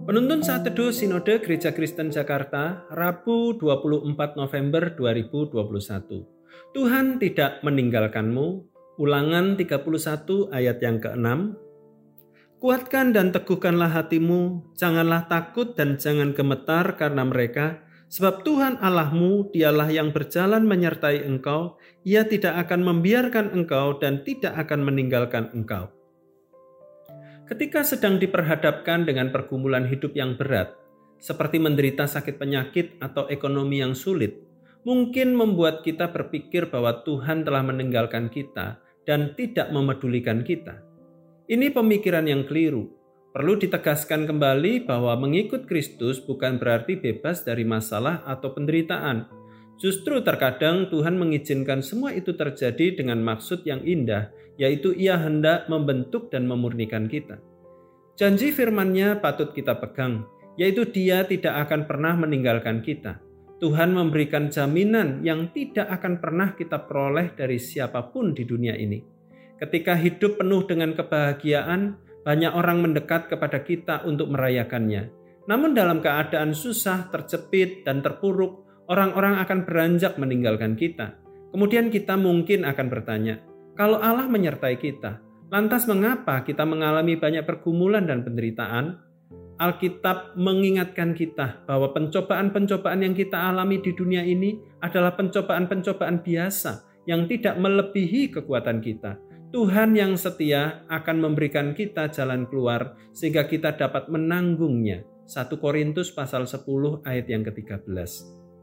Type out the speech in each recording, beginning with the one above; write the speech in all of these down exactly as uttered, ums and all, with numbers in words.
Penuntun Saat Teduh Sinode Gereja Kristen Jakarta, Rabu dua puluh empat November dua ribu dua puluh satu. Tuhan tidak meninggalkanmu. Ulangan tiga puluh satu ayat yang keenam. Kuatkan dan teguhkanlah hatimu, janganlah takut dan jangan gemetar karena mereka, sebab Tuhan Allahmu, dialah yang berjalan menyertai engkau, ia tidak akan membiarkan engkau dan tidak akan meninggalkan engkau. Ketika sedang diperhadapkan dengan pergumulan hidup yang berat, seperti menderita sakit penyakit atau ekonomi yang sulit, mungkin membuat kita berpikir bahwa Tuhan telah meninggalkan kita dan tidak memedulikan kita. Ini pemikiran yang keliru. Perlu ditegaskan kembali bahwa mengikut Kristus bukan berarti bebas dari masalah atau penderitaan. Justru terkadang Tuhan mengizinkan semua itu terjadi dengan maksud yang indah, yaitu Ia hendak membentuk dan memurnikan kita. Janji firman-Nya patut kita pegang, yaitu Dia tidak akan pernah meninggalkan kita. Tuhan memberikan jaminan yang tidak akan pernah kita peroleh dari siapapun di dunia ini. Ketika hidup penuh dengan kebahagiaan, banyak orang mendekat kepada kita untuk merayakannya. Namun dalam keadaan susah, terjepit, dan terpuruk, orang-orang akan beranjak meninggalkan kita. Kemudian kita mungkin akan bertanya, kalau Allah menyertai kita, lantas mengapa kita mengalami banyak pergumulan dan penderitaan? Alkitab mengingatkan kita bahwa pencobaan-pencobaan yang kita alami di dunia ini adalah pencobaan-pencobaan biasa yang tidak melebihi kekuatan kita. Tuhan yang setia akan memberikan kita jalan keluar sehingga kita dapat menanggungnya. satu Korintus pasal sepuluh ayat yang ketiga belas.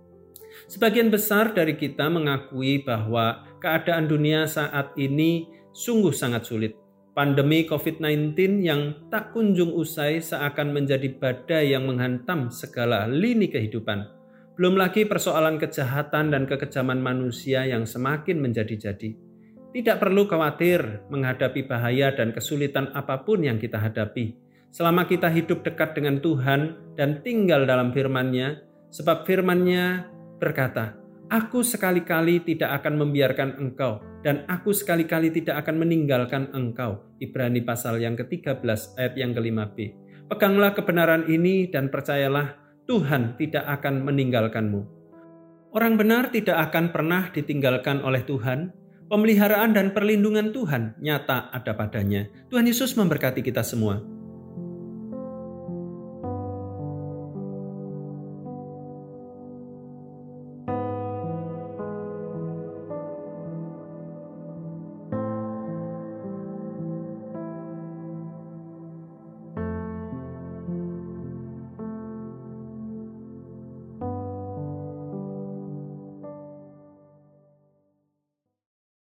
Sebagian besar dari kita mengakui bahwa keadaan dunia saat ini sungguh sangat sulit. Pandemi covid sembilan belas yang tak kunjung usai seakan menjadi badai yang menghantam segala lini kehidupan. Belum lagi persoalan kejahatan dan kekejaman manusia yang semakin menjadi-jadi. Tidak perlu khawatir menghadapi bahaya dan kesulitan apapun yang kita hadapi. Selama kita hidup dekat dengan Tuhan dan tinggal dalam firman-Nya, sebab firman-Nya berkata, Aku sekali-kali tidak akan membiarkan engkau, dan aku sekali-kali tidak akan meninggalkan engkau. Ibrani pasal yang ketiga belas ayat yang kelima b. Peganglah kebenaran ini dan percayalah Tuhan tidak akan meninggalkanmu. Orang benar tidak akan pernah ditinggalkan oleh Tuhan. Pemeliharaan dan perlindungan Tuhan nyata ada padanya. Tuhan Yesus memberkati kita semua.